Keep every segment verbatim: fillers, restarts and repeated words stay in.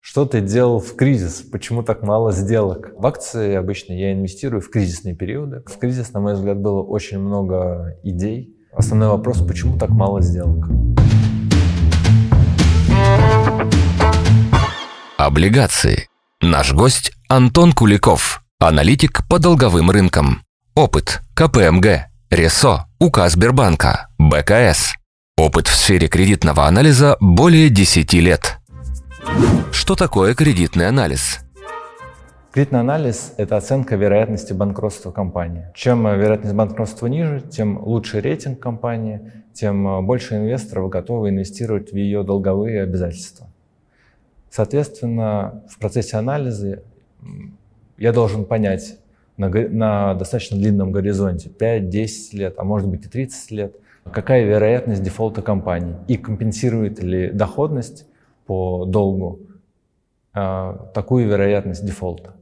Что ты делал в кризис? Почему так мало сделок? В акции обычно я инвестирую в кризисные периоды. В кризис, на мой взгляд, было очень много идей. Основной вопрос, почему так мало сделок? Облигации. Наш гость Антон Куликов, аналитик по долговым рынкам. Опыт ка пэ эм гэ, РЕСО, УК Сбербанка, бэ ка эс. Опыт в сфере кредитного анализа более десяти лет. Что такое кредитный анализ? Кредитный анализ – это оценка вероятности банкротства компании. Чем вероятность банкротства ниже, тем лучше рейтинг компании, тем больше инвесторов готовы инвестировать в ее долговые обязательства. Соответственно, в процессе анализа я должен понять на, на достаточно длинном горизонте, пять-десять лет, а может быть и тридцать лет, какая вероятность дефолта компании и компенсирует ли доходность по долгу э, такую вероятность дефолта.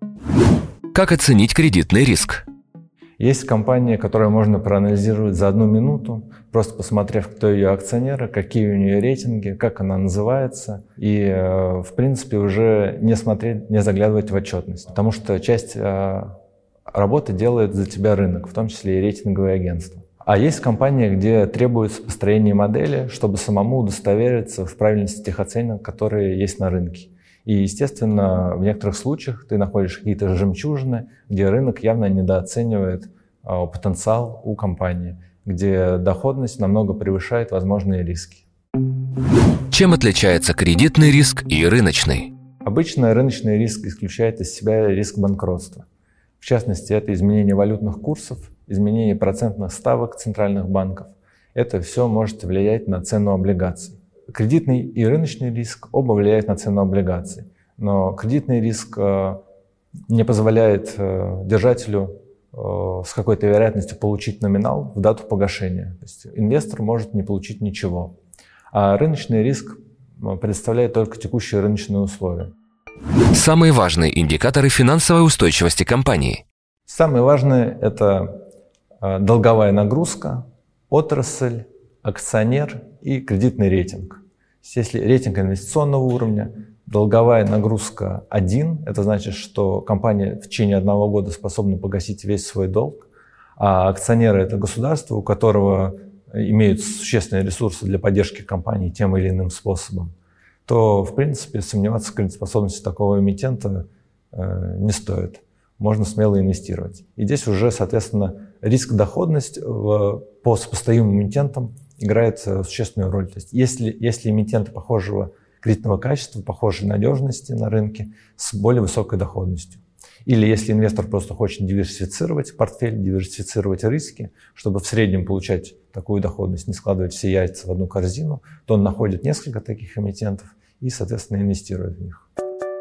Как оценить кредитный риск? Есть компания, которую можно проанализировать за одну минуту, просто посмотрев, кто ее акционеры, какие у нее рейтинги, как она называется, и, э, в принципе, уже не смотреть, не заглядывать в отчетность, потому что часть э, работы делает за тебя рынок, в том числе и рейтинговые агентства. А есть компания, где требуется построение модели, чтобы самому удостовериться в правильности тех оценок, которые есть на рынке. И, естественно, в некоторых случаях ты находишь какие-то жемчужины, где рынок явно недооценивает а, потенциал у компании, где доходность намного превышает возможные риски. Чем отличается кредитный риск и рыночный? Обычно рыночный риск исключает из себя риск банкротства. В частности, это изменение валютных курсов, изменение процентных ставок центральных банков. Это все может влиять на цену облигаций. Кредитный и рыночный риск оба влияют на цену облигаций. Но кредитный риск э, не позволяет э, держателю э, с какой-то вероятностью получить номинал в дату погашения. То есть инвестор может не получить ничего. А рыночный риск предоставляет только текущие рыночные условия. Самые важные индикаторы финансовой устойчивости компании. Самое важное – это долговая нагрузка, отрасль, акционер и кредитный рейтинг. Если рейтинг инвестиционного уровня, долговая нагрузка один, это значит, что компания в течение одного года способна погасить весь свой долг, а акционеры – это государство, у которого имеют существенные ресурсы для поддержки компании тем или иным способом, то, в принципе, сомневаться в кредитоспособности такого эмитента э, не стоит. Можно смело инвестировать. И здесь уже, соответственно, риск-доходность в, по сопоставимым эмитентам играет существенную роль. То есть если, если эмитенты похожего кредитного качества, похожей надежности на рынке с более высокой доходностью. Или если инвестор просто хочет диверсифицировать портфель, диверсифицировать риски, чтобы в среднем получать такую доходность, не складывать все яйца в одну корзину, то он находит несколько таких эмитентов и, соответственно, инвестирует в них.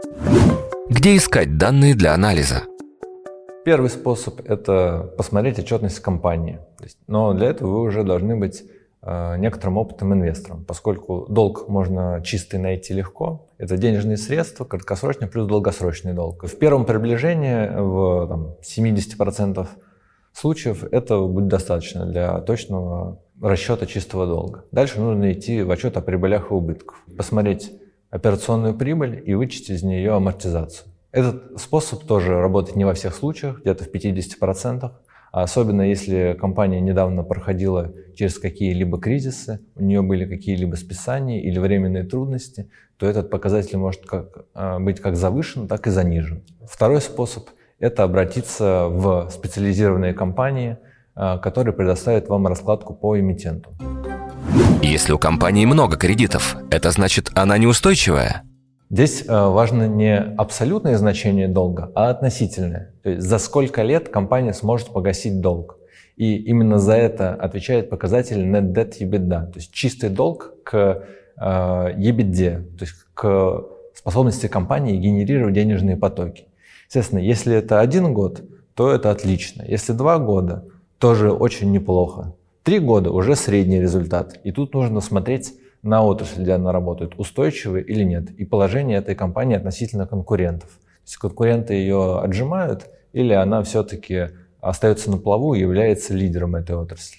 Где искать данные для анализа? Первый способ – это посмотреть отчетность компании. То есть, но для этого вы уже должны быть э, некоторым опытным инвестором, поскольку долг можно чистый найти легко. Это денежные средства, краткосрочный плюс долгосрочный долг. В первом приближении в там, семьдесят процентов случаев этого будет достаточно для точного расчета чистого долга. Дальше нужно идти в отчет о прибылях и убытках, посмотреть операционную прибыль и вычесть из нее амортизацию. Этот способ тоже работает не во всех случаях, где-то в пятидесяти процентах, а особенно если компания недавно проходила через какие-либо кризисы, у нее были какие-либо списания или временные трудности, то этот показатель может как, быть как завышен, так и занижен. Второй способ – это обратиться в специализированные компании, которые предоставят вам раскладку по эмитенту. Если у компании много кредитов, это значит, она неустойчивая? Здесь важно не абсолютное значение долга, а относительное. То есть за сколько лет компания сможет погасить долг. И именно за это отвечает показатель net debt EBITDA, то есть чистый долг к EBITDA, то есть к способности компании генерировать денежные потоки. Естественно, если это один год, то это отлично. Если два года, тоже очень неплохо. Три года уже средний результат. И тут нужно смотреть на отрасль, где она работает, устойчивы или нет, и положение этой компании относительно конкурентов. То есть конкуренты ее отжимают, или она все-таки остается на плаву и является лидером этой отрасли.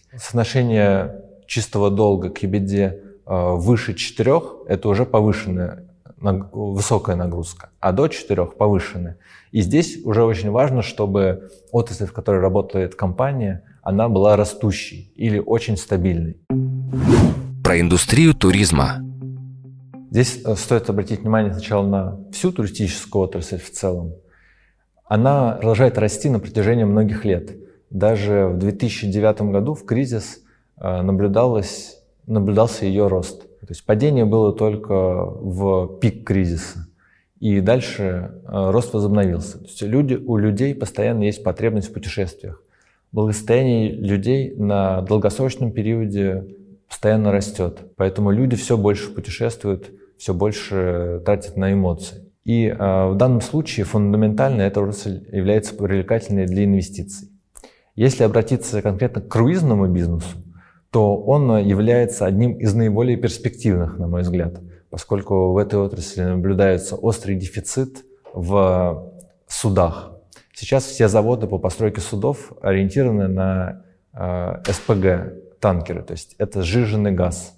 Соотношение чистого долга к EBITDA выше четырех – это уже повышенное высокая нагрузка, а до четырех повышенная. И здесь уже очень важно, чтобы отрасль, в которой работает компания, она была растущей или очень стабильной. Про индустрию туризма. Здесь стоит обратить внимание сначала на всю туристическую отрасль в целом. Она продолжает расти на протяжении многих лет. Даже в две тысячи девятом году в кризис наблюдалось, наблюдался ее рост. То есть падение было только в пик кризиса. И дальше рост возобновился. То есть люди, у людей постоянно есть потребность в путешествиях. Благосостояние людей на долгосрочном периоде постоянно растет. Поэтому люди все больше путешествуют, все больше тратят на эмоции. И э, в данном случае фундаментально эта отрасль является привлекательной для инвестиций. Если обратиться конкретно к круизному бизнесу, то он является одним из наиболее перспективных, на мой взгляд, поскольку в этой отрасли наблюдается острый дефицит в судах. Сейчас все заводы по постройке судов ориентированы на э, эс пэ гэ, танкеры, то есть это сжиженный газ.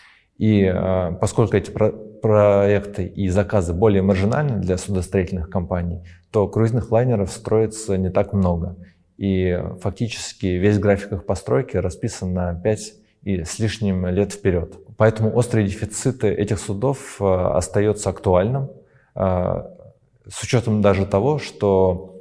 И э, поскольку эти про проекты и заказы более маржинальны для судостроительных компаний, то круизных лайнеров строится не так много. И фактически весь график их постройки расписан на пять и с лишним лет вперед. Поэтому острый дефицит этих судов э, остается актуальным, э, с учетом даже того, что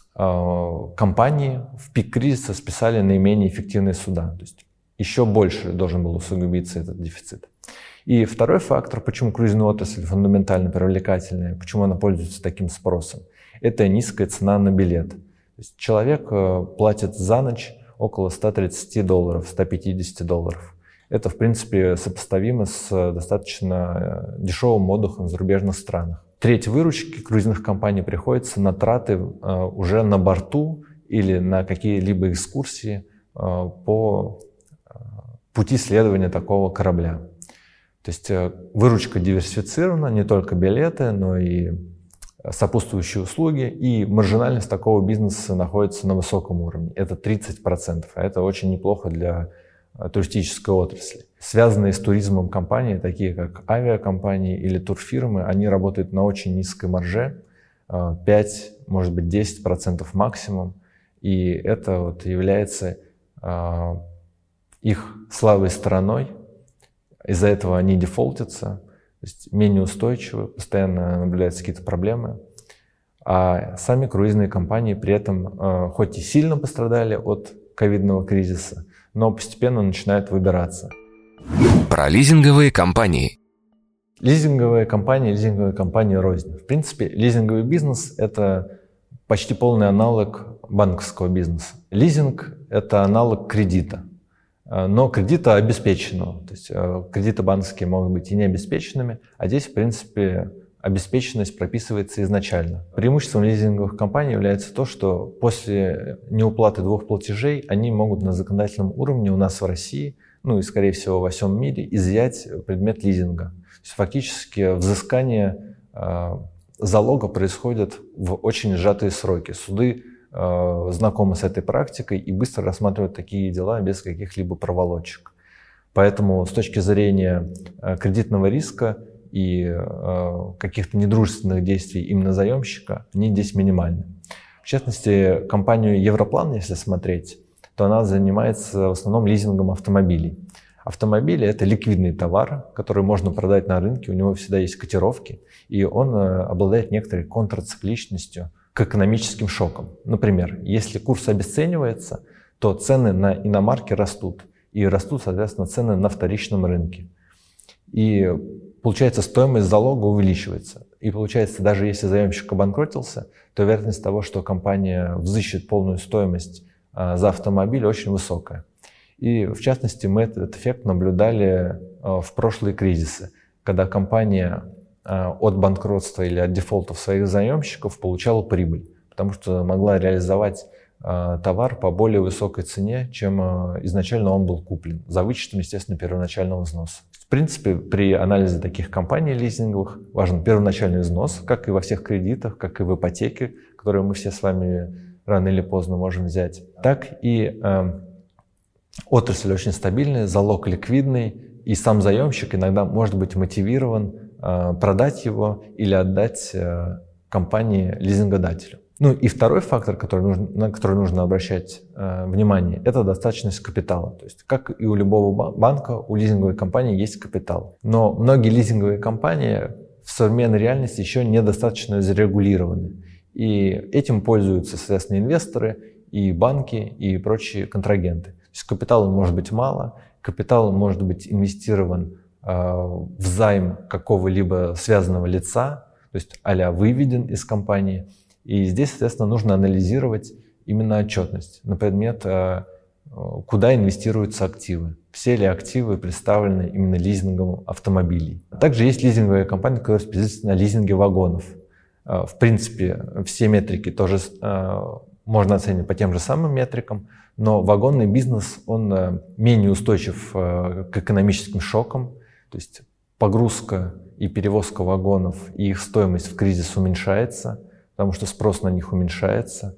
э, компании в пик кризиса списали наименее эффективные суда. То есть еще больше должен был усугубиться этот дефицит. И второй фактор, почему круизная отрасль фундаментально привлекательная, почему она пользуется таким спросом, это низкая цена на билет. То есть человек платит за ночь около ста тридцати долларов, ста пятидесяти долларов. Это, в принципе, сопоставимо с достаточно дешевым отдыхом в зарубежных странах. Треть выручки круизных компаний приходится на траты уже на борту или на какие-либо экскурсии по пути следования такого корабля. То есть выручка диверсифицирована, не только билеты, но и сопутствующие услуги, и маржинальность такого бизнеса находится на высоком уровне. Это тридцать процентов, а это очень неплохо для туристической отрасли. Связанные с туризмом компании, такие как авиакомпании или турфирмы, они работают на очень низкой марже, пять, может быть, десять процентов максимум, и это вот является их слабой стороной. Из-за этого они дефолтятся, то есть менее устойчивы, постоянно наблюдаются какие-то проблемы. А сами круизные компании при этом хоть и сильно пострадали от ковидного кризиса, но постепенно начинают выбираться. Про лизинговые компании. Лизинговые компании, лизинговые компании рознь. В принципе, лизинговый бизнес – это почти полный аналог банковского бизнеса. Лизинг – это аналог кредита. Но кредита обеспеченного. То есть кредиты банковские могут быть и необеспеченными, а здесь, в принципе, обеспеченность прописывается изначально. Преимуществом лизинговых компаний является то, что после неуплаты двух платежей они могут на законодательном уровне у нас в России, ну и, скорее всего, во всем мире, изъять предмет лизинга. То есть фактически взыскание э, залога происходит в очень сжатые сроки. Суды знакомы с этой практикой и быстро рассматривают такие дела без каких-либо проволочек. Поэтому с точки зрения кредитного риска и каких-то недружественных действий именно заемщика, они здесь минимальны. В частности, компанию Европлан, если смотреть, то она занимается в основном лизингом автомобилей. Автомобили – это ликвидный товар, который можно продать на рынке, у него всегда есть котировки, и он обладает некоторой контрцикличностью к экономическим шокам. Например, если курс обесценивается, то цены на иномарки растут, и растут, соответственно, цены на вторичном рынке. И получается, стоимость залога увеличивается. И получается, даже если заемщик обанкротился, то вероятность того, что компания взыщет полную стоимость за автомобиль, очень высокая. И в частности, мы этот эффект наблюдали в прошлые кризисы, когда компания от банкротства или от дефолтов своих заемщиков получала прибыль, потому что могла реализовать э, товар по более высокой цене, чем э, изначально он был куплен, за вычетом, естественно, первоначального взноса. В принципе, при анализе таких компаний лизинговых важен первоначальный взнос, как и во всех кредитах, как и в ипотеке, которую мы все с вами рано или поздно можем взять, так и э, отрасль очень стабильная, залог ликвидный, и сам заемщик иногда может быть мотивирован продать его или отдать компании-лизингодателю. Ну и второй фактор, который нужно, на который нужно обращать э, внимание, это достаточность капитала. То есть, как и у любого банка, у лизинговой компании есть капитал. Но многие лизинговые компании в современной реальности еще недостаточно зарегулированы. И этим пользуются, соответственно, инвесторы, и банки, и прочие контрагенты. То есть капитала может быть мало, капитал может быть инвестирован э, в займ какого-либо связанного лица, то есть а-ля выведен из компании. И здесь, соответственно, нужно анализировать именно отчетность на предмет, куда инвестируются активы. Все ли активы представлены именно лизингом автомобилей. Также есть лизинговые компании, которые специализируются на лизинге вагонов. В принципе, все метрики тоже можно оценить по тем же самым метрикам, но вагонный бизнес, он менее устойчив к экономическим шокам. То есть погрузка и перевозка вагонов и их стоимость в кризис уменьшается, потому что спрос на них уменьшается.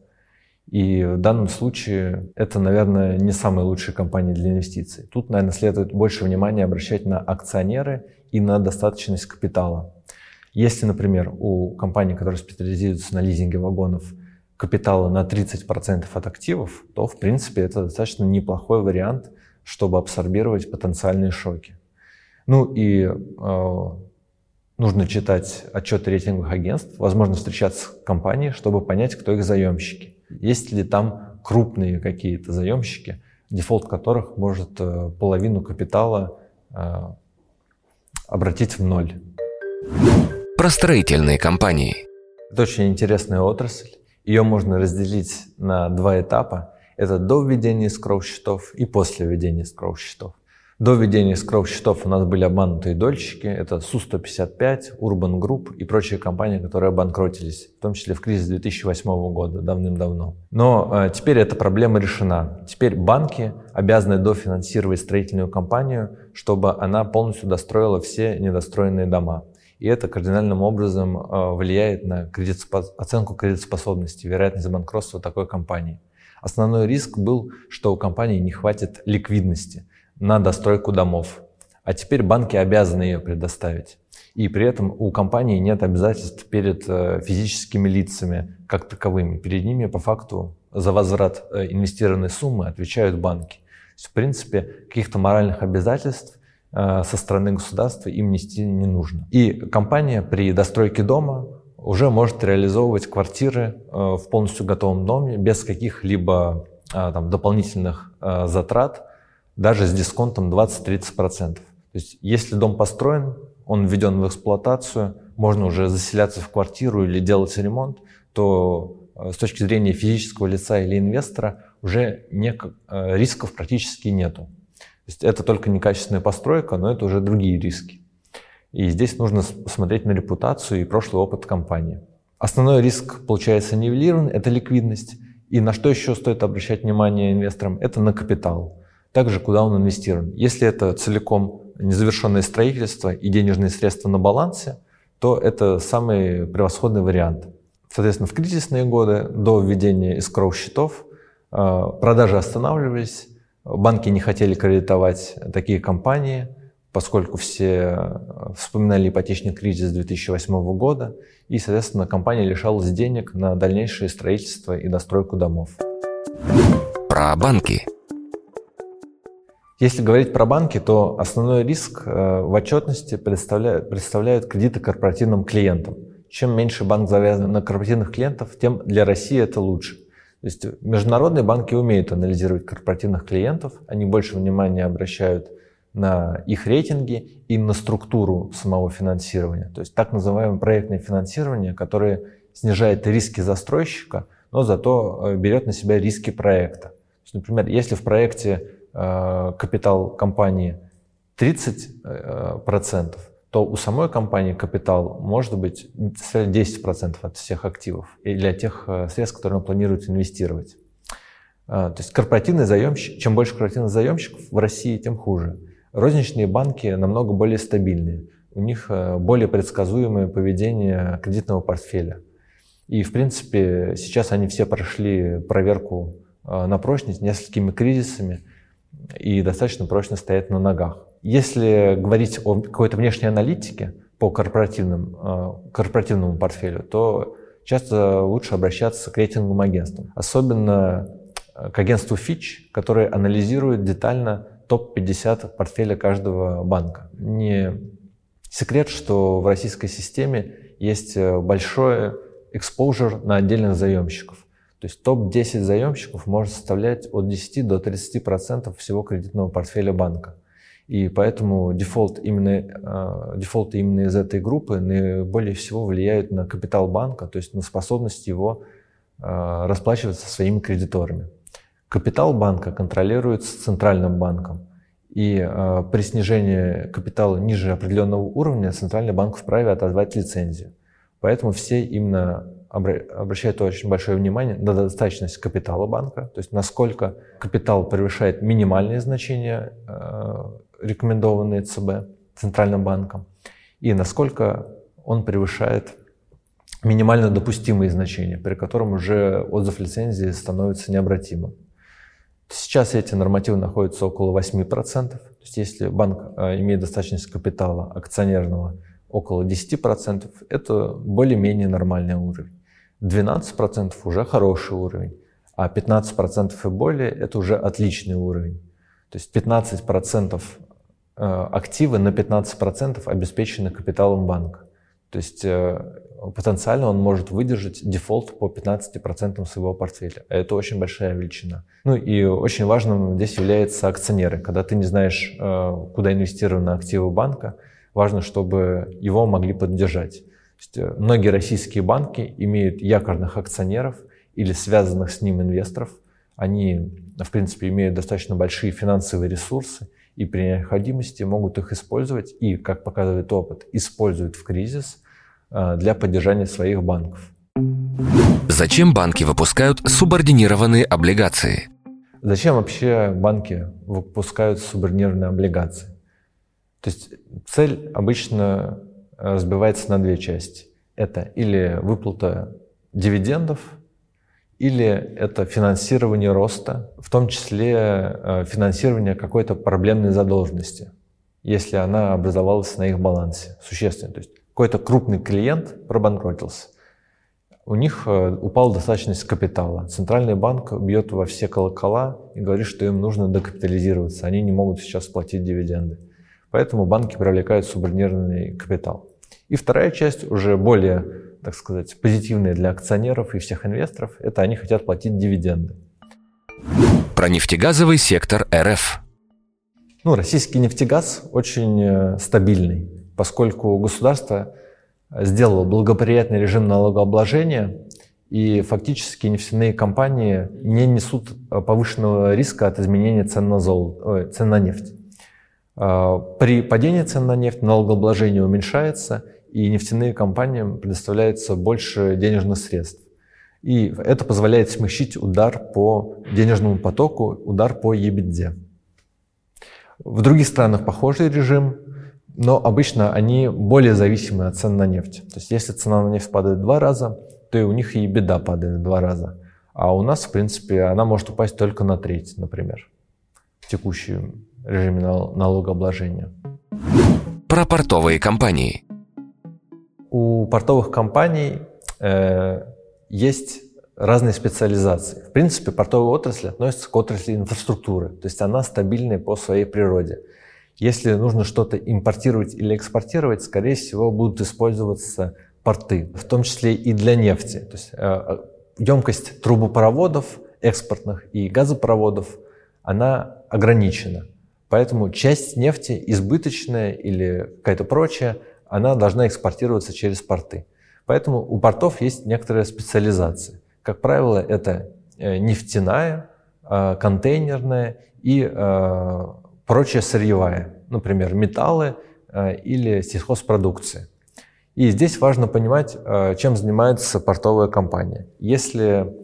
И в данном случае это, наверное, не самая лучшая компания для инвестиций. Тут, наверное, следует больше внимания обращать на акционеры и на достаточность капитала. Если, например, у компании, которая специализируется на лизинге вагонов, капитала на тридцать процентов от активов, то, в принципе, это достаточно неплохой вариант, чтобы абсорбировать потенциальные шоки. Ну и э, нужно читать отчеты рейтинговых агентств, возможно, встречаться с компанией, чтобы понять, кто их заемщики. Есть ли там крупные какие-то заемщики, дефолт которых может э, половину капитала э, обратить в ноль. Про строительные компании. Это очень интересная отрасль. Ее можно разделить на два этапа. Это до введения эскроу-счетов и после введения эскроу-счетов. До введения эскроу-счетов у нас были обманутые дольщики. Это Су сто пятьдесят пять, Urban Group и прочие компании, которые обанкротились, в том числе в кризис две тысячи восьмого года, давным-давно. Но э, теперь эта проблема решена. Теперь банки обязаны дофинансировать строительную компанию, чтобы она полностью достроила все недостроенные дома. И это кардинальным образом э, влияет на кредитоспос... оценку кредитоспособности, вероятность банкротства такой компании. Основной риск был, что у компании не хватит ликвидности на достройку домов. А теперь банки обязаны ее предоставить. И при этом у компании нет обязательств перед физическими лицами как таковыми. Перед ними по факту за возврат инвестированной суммы отвечают банки. То есть, в принципе, каких-то моральных обязательств со стороны государства им нести не нужно. И компания при достройке дома уже может реализовывать квартиры в полностью готовом доме без каких-либо там, дополнительных затрат, даже с дисконтом двадцать-тридцать процентов. То есть, если дом построен, он введен в эксплуатацию, можно уже заселяться в квартиру или делать ремонт, то с точки зрения физического лица или инвестора уже не, рисков практически нету. То есть, это только некачественная постройка, но это уже другие риски. И здесь нужно смотреть на репутацию и прошлый опыт компании. Основной риск, получается, нивелирован, это ликвидность. И на что еще стоит обращать внимание инвесторам? Это на капитал. Также, куда он инвестирован. Если это целиком незавершенное строительство и денежные средства на балансе, то это самый превосходный вариант. Соответственно, в кризисные годы, до введения эскроу-счетов, продажи останавливались, банки не хотели кредитовать такие компании, поскольку все вспоминали ипотечный кризис две тысячи восьмого года, и, соответственно, компания лишалась денег на дальнейшее строительство и достройку домов. Про банки. Если говорить про банки, то основной риск в отчетности представляют, представляют кредиты корпоративным клиентам. Чем меньше банк завязан на корпоративных клиентов, тем для России это лучше. То есть международные банки умеют анализировать корпоративных клиентов, они больше внимания обращают на их рейтинги и на структуру самого финансирования. То есть так называемое проектное финансирование, которое снижает риски застройщика, но зато берет на себя риски проекта. То есть, например, если в проекте капитал компании тридцать процентов, то у самой компании капитал может быть десять процентов от всех активов или от тех средств, которые он планирует инвестировать. То есть корпоративный заемщик, чем больше корпоративных заемщиков в России, тем хуже. Розничные банки намного более стабильные, у них более предсказуемое поведение кредитного портфеля. И в принципе сейчас они все прошли проверку на прочность несколькими кризисами, и достаточно прочно стоят на ногах. Если говорить о какой-то внешней аналитике, по корпоративным, корпоративному портфелю, то часто лучше обращаться к рейтинговым агентствам. Особенно к агентству Fitch, которое анализирует детально топ пятьдесят портфеля каждого банка. Не секрет, что в российской системе есть большой exposure на отдельных заемщиков. То есть топ десять заемщиков может составлять от десяти до тридцати процентов всего кредитного портфеля банка. И поэтому дефолт именно, дефолты именно из этой группы наиболее всего влияют на капитал банка, то есть на способность его расплачиваться своими кредиторами. Капитал банка контролируется центральным банком. И при снижении капитала ниже определенного уровня центральный банк вправе отозвать лицензию. Поэтому все именно обращают очень большое внимание на достаточность капитала банка, то есть насколько капитал превышает минимальные значения, рекомендованные ЦБ, Центральным банком, и насколько он превышает минимально допустимые значения, при котором уже отзыв лицензии становится необратимым. Сейчас эти нормативы находятся около восьми процентов, то есть если банк имеет достаточность капитала акционерного около десяти процентов, это более-менее нормальный уровень. двенадцать процентов уже хороший уровень, а пятнадцать процентов и более – это уже отличный уровень. То есть пятнадцать процентов активы на пятнадцать процентов обеспечены капиталом банка. То есть потенциально он может выдержать дефолт по пятнадцати процентам своего портфеля. А это очень большая величина. Ну и очень важным здесь являются акционеры. Когда ты не знаешь, куда инвестированы активы банка, важно, чтобы его могли поддержать. То есть многие российские банки имеют якорных акционеров или связанных с ним инвесторов. Они, в принципе, имеют достаточно большие финансовые ресурсы и при необходимости могут их использовать и, как показывает опыт, используют в кризис для поддержания своих банков. Зачем банки выпускают субординированные облигации? Зачем вообще банки выпускают субординированные облигации? То есть цель обычно разбивается на две части. Это или выплата дивидендов, или это финансирование роста, в том числе финансирование какой-то проблемной задолженности, если она образовалась на их балансе существенно. То есть какой-то крупный клиент пробанкротился, у них упала достаточность капитала. Центральный банк бьет во все колокола и говорит, что им нужно докапитализироваться, они не могут сейчас платить дивиденды. Поэтому банки привлекают субординированный капитал. И вторая часть, уже более, так сказать, позитивная для акционеров и всех инвесторов, это они хотят платить дивиденды. Про нефтегазовый сектор эр эф. Ну, российский нефтегаз очень стабильный, поскольку государство сделало благоприятный режим налогообложения, и фактически нефтяные компании не несут повышенного риска от изменения цен на, золото, ой, цен на нефть. При падении цен на нефть налогообложение уменьшается, и нефтяные компаниям предоставляется больше денежных средств. И это позволяет смягчить удар по денежному потоку, удар по ебиде. В других странах похожий режим, но обычно они более зависимы от цен на нефть. То есть если цена на нефть падает в два раза, то и у них и ебида падает в два раза. А у нас, в принципе, она может упасть только на треть, например, в текущем режиме налогообложения. Про портовые компании. У портовых компаний э, есть разные специализации. В принципе, портовая отрасль относится к отрасли инфраструктуры, то есть она стабильная по своей природе. Если нужно что-то импортировать или экспортировать, скорее всего, будут использоваться порты, в том числе и для нефти. То есть э, емкость трубопроводов экспортных и газопроводов, она ограничена. Поэтому часть нефти, избыточная или какая-то прочая, она должна экспортироваться через порты. Поэтому у портов есть некоторая специализация. Как правило, это нефтяная, контейнерная и прочая сырьевая, например, металлы или сельхозпродукция. И здесь важно понимать, чем занимается портовая компания. Если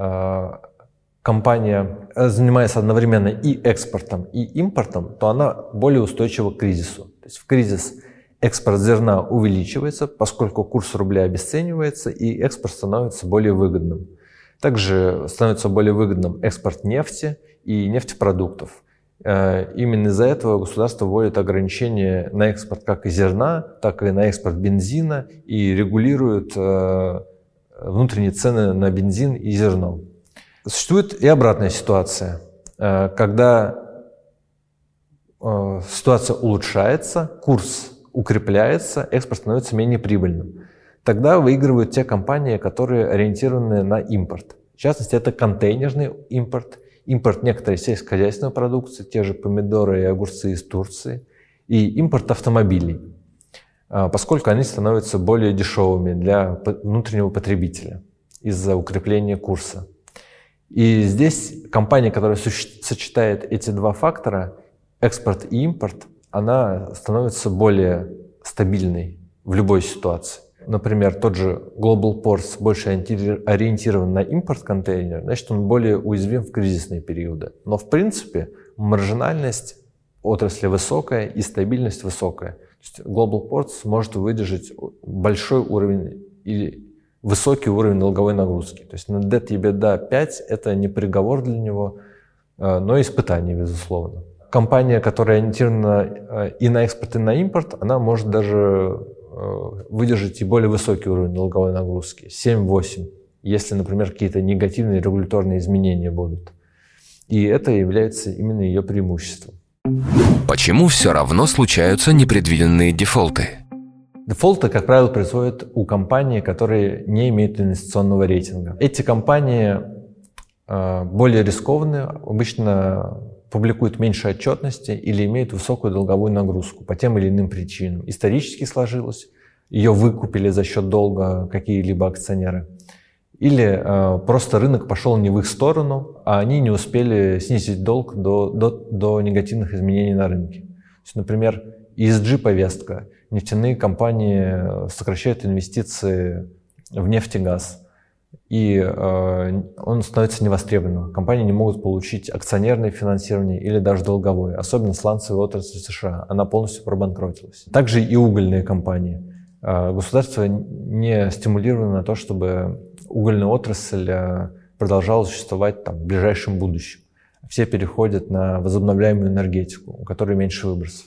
компания занимается одновременно и экспортом, и импортом, то она более устойчива к кризису. То есть в кризис экспорт зерна увеличивается, поскольку курс рубля обесценивается, и экспорт становится более выгодным. Также становится более выгодным экспорт нефти и нефтепродуктов. Именно из-за этого государство вводит ограничения на экспорт как и зерна, так и на экспорт бензина и регулирует внутренние цены на бензин и зерно. Существует и обратная ситуация, когда ситуация улучшается, курс укрепляется, экспорт становится менее прибыльным. Тогда выигрывают те компании, которые ориентированы на импорт. В частности, это контейнерный импорт, импорт некоторой сельскохозяйственной продукции, те же помидоры и огурцы из Турции, и импорт автомобилей, поскольку они становятся более дешевыми для внутреннего потребителя из-за укрепления курса. И здесь компания, которая сочетает эти два фактора, экспорт и импорт, она становится более стабильной в любой ситуации. Например, тот же Global Ports больше ориентирован на импорт контейнера, значит, он более уязвим в кризисные периоды. Но, в принципе, маржинальность отрасли высокая и стабильность высокая. То есть Global Ports может выдержать большой уровень или высокий уровень долговой нагрузки. То есть на debt-EBITDA пять – это не приговор для него, но испытание, безусловно. Компания, которая ориентирована и на экспорт, и на импорт, она может даже выдержать и более высокий уровень долговой нагрузки, семь-восемь, если, например, какие-то негативные регуляторные изменения будут. И это является именно ее преимуществом. Почему все равно случаются непредвиденные дефолты? Дефолты, как правило, происходят у компаний, которые не имеют инвестиционного рейтинга. Эти компании более рискованные, обычно публикуют меньше отчетности или имеют высокую долговую нагрузку по тем или иным причинам. Исторически сложилось, ее выкупили за счет долга какие-либо акционеры. Или э, просто рынок пошел не в их сторону, а они не успели снизить долг до, до, до негативных изменений на рынке. То есть, например, и эс джи-повестка. Нефтяные компании сокращают инвестиции в нефть и газ. И э, он становится невостребованным. Компании не могут получить акционерное финансирование или даже долговое, особенно сланцевая отрасль США. Она полностью пробанкротилась. Также и угольные компании. Э, государство не стимулировано на то, чтобы угольная отрасль э, продолжала существовать там, в ближайшем будущем. Все переходят на возобновляемую энергетику, у которой меньше выбросов.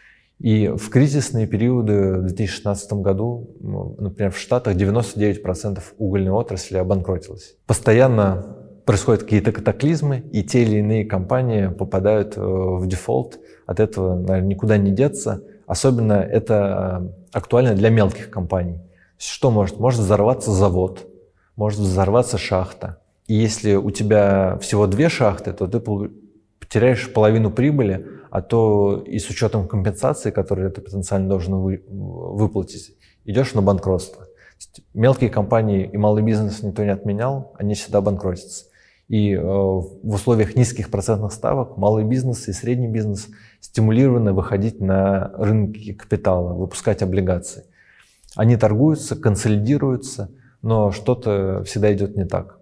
И в кризисные периоды в две тысячи шестнадцатом году, например, в Штатах девяносто девять процентов угольной отрасли обанкротилось. Постоянно происходят какие-то катаклизмы, и те или иные компании попадают в дефолт. От этого, наверное, никуда не деться. Особенно это актуально для мелких компаний. Что может? Может взорваться завод, может взорваться шахта. И если у тебя всего две шахты, то ты потеряешь половину прибыли, а то и с учетом компенсации, которую ты потенциально должен вы, выплатить, идешь на банкротство. Мелкие компании и малый бизнес никто не отменял, они всегда банкротятся. И э, в условиях низких процентных ставок малый бизнес и средний бизнес стимулированы выходить на рынки капитала, выпускать облигации. Они торгуются, консолидируются, но что-то всегда идет не так.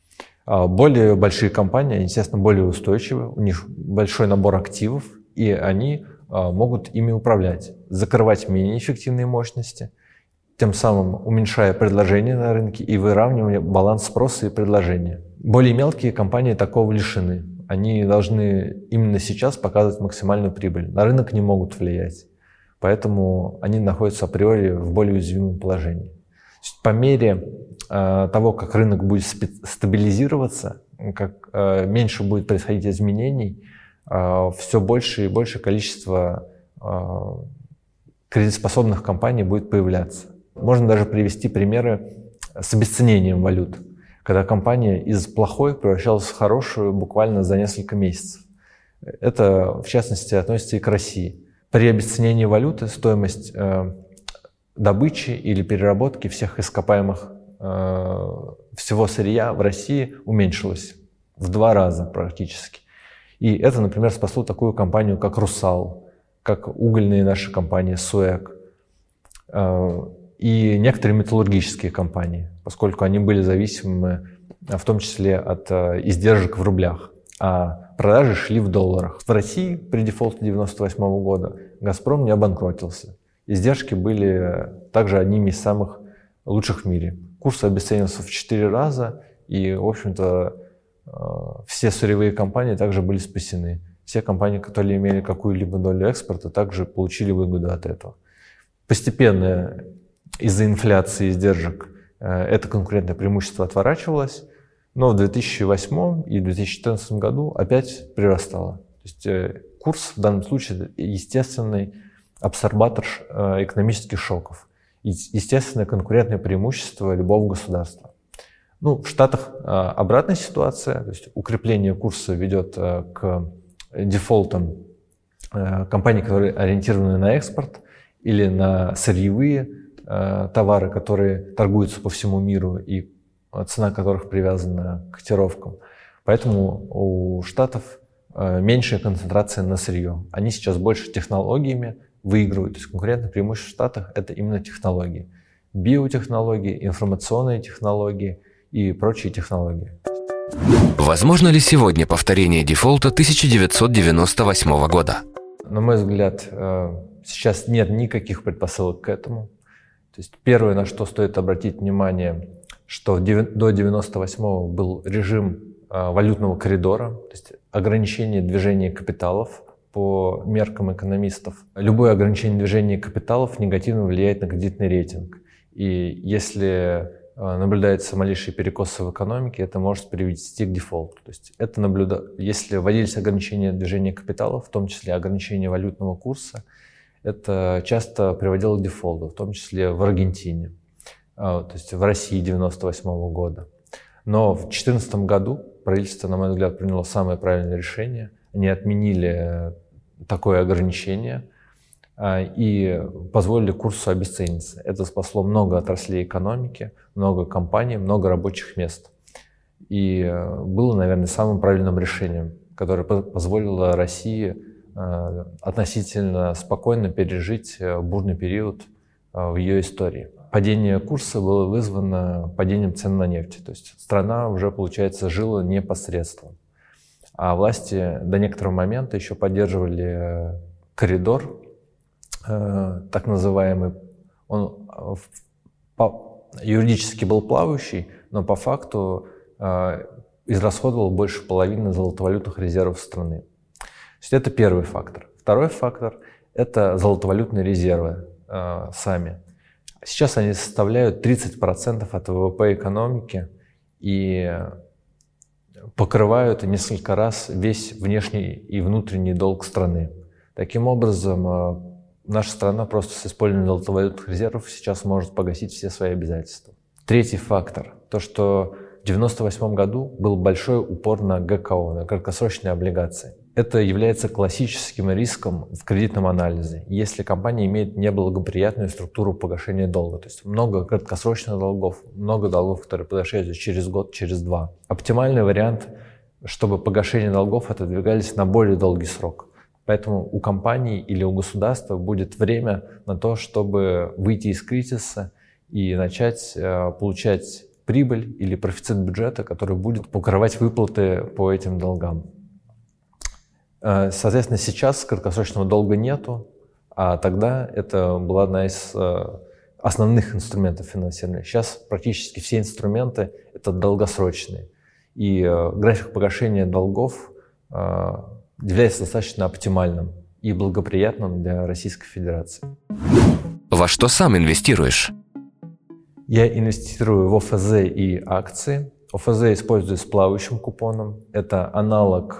Более большие компании, естественно, более устойчивы, у них большой набор активов, и они могут ими управлять, закрывать менее эффективные мощности, тем самым уменьшая предложение на рынке и выравнивая баланс спроса и предложения. Более мелкие компании такого лишены. Они должны именно сейчас показывать максимальную прибыль. На рынок не могут влиять, поэтому они находятся априори в более уязвимом положении. По мере э, того, как рынок будет стабилизироваться, как э, меньше будет происходить изменений, э, все больше и больше количество э, кредитоспособных компаний будет появляться. Можно даже привести примеры с обесценением валют, когда компания из плохой превращалась в хорошую буквально за несколько месяцев. Это, в частности, относится и к России. При обесценении валюты стоимость э, добычи или переработки всех ископаемых э, всего сырья в России уменьшилась в два раза практически. И это, например, спасло такую компанию, как «Русал», как угольные наши компании «Суэк» э, и некоторые металлургические компании, поскольку они были зависимы в том числе от э, издержек в рублях, а продажи шли в долларах. В России при дефолте девяносто восьмого года «Газпром» не обанкротился. Издержки были также одними из самых лучших в мире. Курс обесценился в четыре раза, и, в общем-то, все сырьевые компании также были спасены. все компании, которые имели какую-либо долю экспорта, также получили выгоду от этого. Постепенно из-за инфляции и издержек это конкурентное преимущество отворачивалось, но в две тысячи восьмом и две тысячи четырнадцатом году опять прирастало. То есть курс в данном случае естественный абсорбатор экономических шоков, естественное конкурентное преимущество любого государства. Ну, в Штатах обратная ситуация, то есть укрепление курса ведет к дефолтам компаний, которые ориентированы на экспорт или на сырьевые товары, которые торгуются по всему миру и цена которых привязана к котировкам. Поэтому у Штатов меньшая концентрация на сырье. Они сейчас больше технологиями выигрывают. То есть конкурентное преимущество в Штатах – это именно технологии. Биотехнологии, информационные технологии и прочие технологии. Возможно ли сегодня повторение дефолта тысяча девятьсот девяносто восьмого года? На мой взгляд, сейчас нет никаких предпосылок к этому. То есть первое, на что стоит обратить внимание, что до девяносто восьмого был режим валютного коридора, то есть ограничение движения капиталов по меркам экономистов. Любое ограничение движения капиталов негативно влияет на кредитный рейтинг. И если наблюдается малейший перекос в экономике, это может привести к дефолту. То есть это наблюда... Если вводились ограничения движения капиталов, в том числе ограничение валютного курса, это часто приводило к дефолту, в том числе в Аргентине, то есть в России девяносто восьмого года. Но в две тысячи четырнадцатом году правительство, на мой взгляд, приняло самое правильное решение. Они отменили такое ограничение и позволили курсу обесцениться. Это спасло много отраслей экономики, много компаний, много рабочих мест. И было, наверное, самым правильным решением, которое позволило России относительно спокойно пережить бурный период в ее истории. Падение курса было вызвано падением цен на нефть. То есть страна уже, получается, жила непосредственно. А власти до некоторого момента еще поддерживали коридор, так называемый. Он юридически был плавающий, но по факту израсходовал больше половины золотовалютных резервов страны. То есть это первый фактор. Второй фактор – это золотовалютные резервы э, сами. Сейчас они составляют тридцать процентов от ВВП экономики и покрывают несколько раз весь внешний и внутренний долг страны. Таким образом, э, наша страна просто с использованием золотовалютных резервов сейчас может погасить все свои обязательства. Третий фактор – то, что в девяносто восьмом году был большой упор на ГКО, на краткосрочные облигации. Это является классическим риском в кредитном анализе, если компания имеет неблагоприятную структуру погашения долга. То есть много краткосрочных долгов, много долгов, которые погашаются через год, через два. Оптимальный вариант, чтобы погашение долгов отодвигались на более долгий срок. Поэтому у компании или у государства будет время на то, чтобы выйти из кризиса и начать э, получать прибыль или профицит бюджета, который будет покрывать выплаты по этим долгам. Соответственно, сейчас краткосрочного долга нету, а тогда это была одна из основных инструментов финансирования. Сейчас практически все инструменты – это долгосрочные. И график погашения долгов является достаточно оптимальным и благоприятным для Российской Федерации. Во что сам инвестируешь? Я инвестирую в ОФЗ и акции. ОФЗ использую с плавающим купоном. Это аналог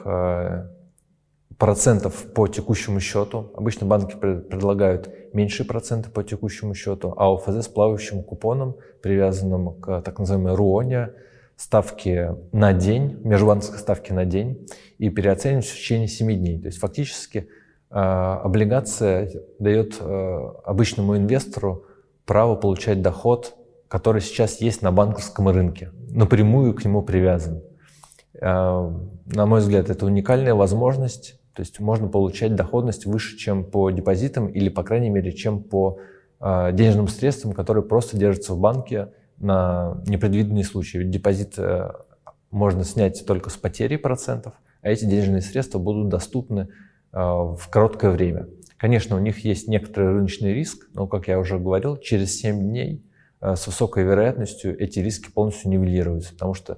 процентов по текущему счету. Обычно банки предлагают меньшие проценты по текущему счету, а ОФЗ с плавающим купоном, привязанным к так называемой РУОНе, ставки на день, межбанковской ставки на день, и переоцениваются в течение семи дней. То есть фактически э, облигация дает э, обычному инвестору право получать доход, который сейчас есть на банковском рынке, напрямую к нему привязан. Э, на мой взгляд, это уникальная возможность. То есть можно получать доходность выше, чем по депозитам или, по крайней мере, чем по э, денежным средствам, которые просто держатся в банке на непредвиденные случаи. Ведь депозит э, можно снять только с потерей процентов, а эти денежные средства будут доступны э, в короткое время. Конечно, у них есть некоторый рыночный риск, но, как я уже говорил, через семь дней э, с высокой вероятностью эти риски полностью нивелируются, потому что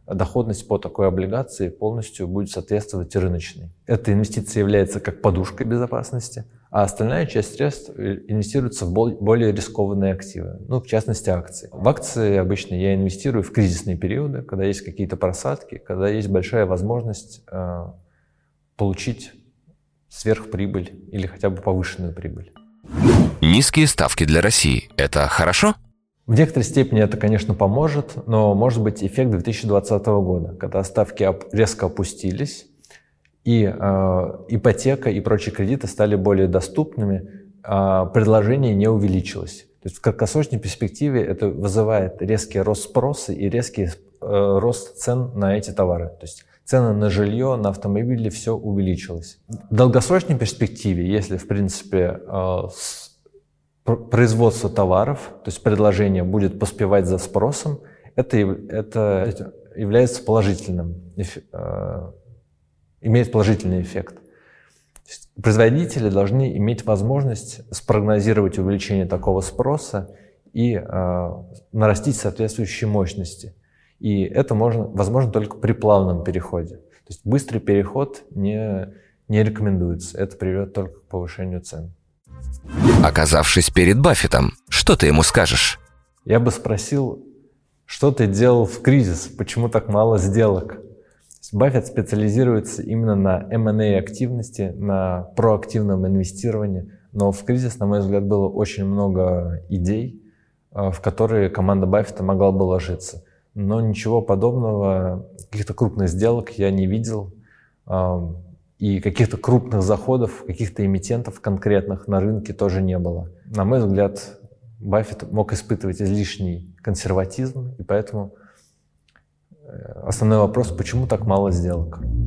доходность по такой облигации полностью будет соответствовать рыночной. Эта инвестиция является как подушкой безопасности, а остальная часть средств инвестируется в более рискованные активы, ну, в частности, акции. В акции обычно я инвестирую в кризисные периоды, когда есть какие-то просадки, когда есть большая возможность э, получить сверхприбыль или хотя бы повышенную прибыль. Низкие ставки для России – это хорошо? В некоторой степени это, конечно, поможет, но может быть эффект две тысячи двадцатого года, когда ставки резко опустились, и э, ипотека и прочие кредиты стали более доступными, а предложение не увеличилось. То есть в краткосрочной перспективе это вызывает резкий рост спроса и резкий э, рост цен на эти товары. То есть цены на жилье, на автомобили, все увеличилось. В долгосрочной перспективе, если, в принципе, э, с, производство товаров, то есть предложение будет поспевать за спросом, это, это является положительным, э, имеет положительный эффект. Производители должны иметь возможность спрогнозировать увеличение такого спроса и э, нарастить соответствующие мощности. И это можно, возможно только при плавном переходе. То есть быстрый переход не, не рекомендуется. Это приведет только к повышению цен. Оказавшись перед Баффетом, что ты ему скажешь? Я бы спросил, что ты делал в кризис, почему так мало сделок? Баффет специализируется именно на эм энд эй активности, на проактивном инвестировании, но в кризис, на мой взгляд, было очень много идей, в которые команда Баффета могла бы ложиться. Но ничего подобного, каких-то крупных сделок я не видел, и каких-то крупных заходов, каких-то эмитентов конкретных на рынке тоже не было. На мой взгляд, Баффет мог испытывать излишний консерватизм, и поэтому основной вопрос, почему так мало сделок?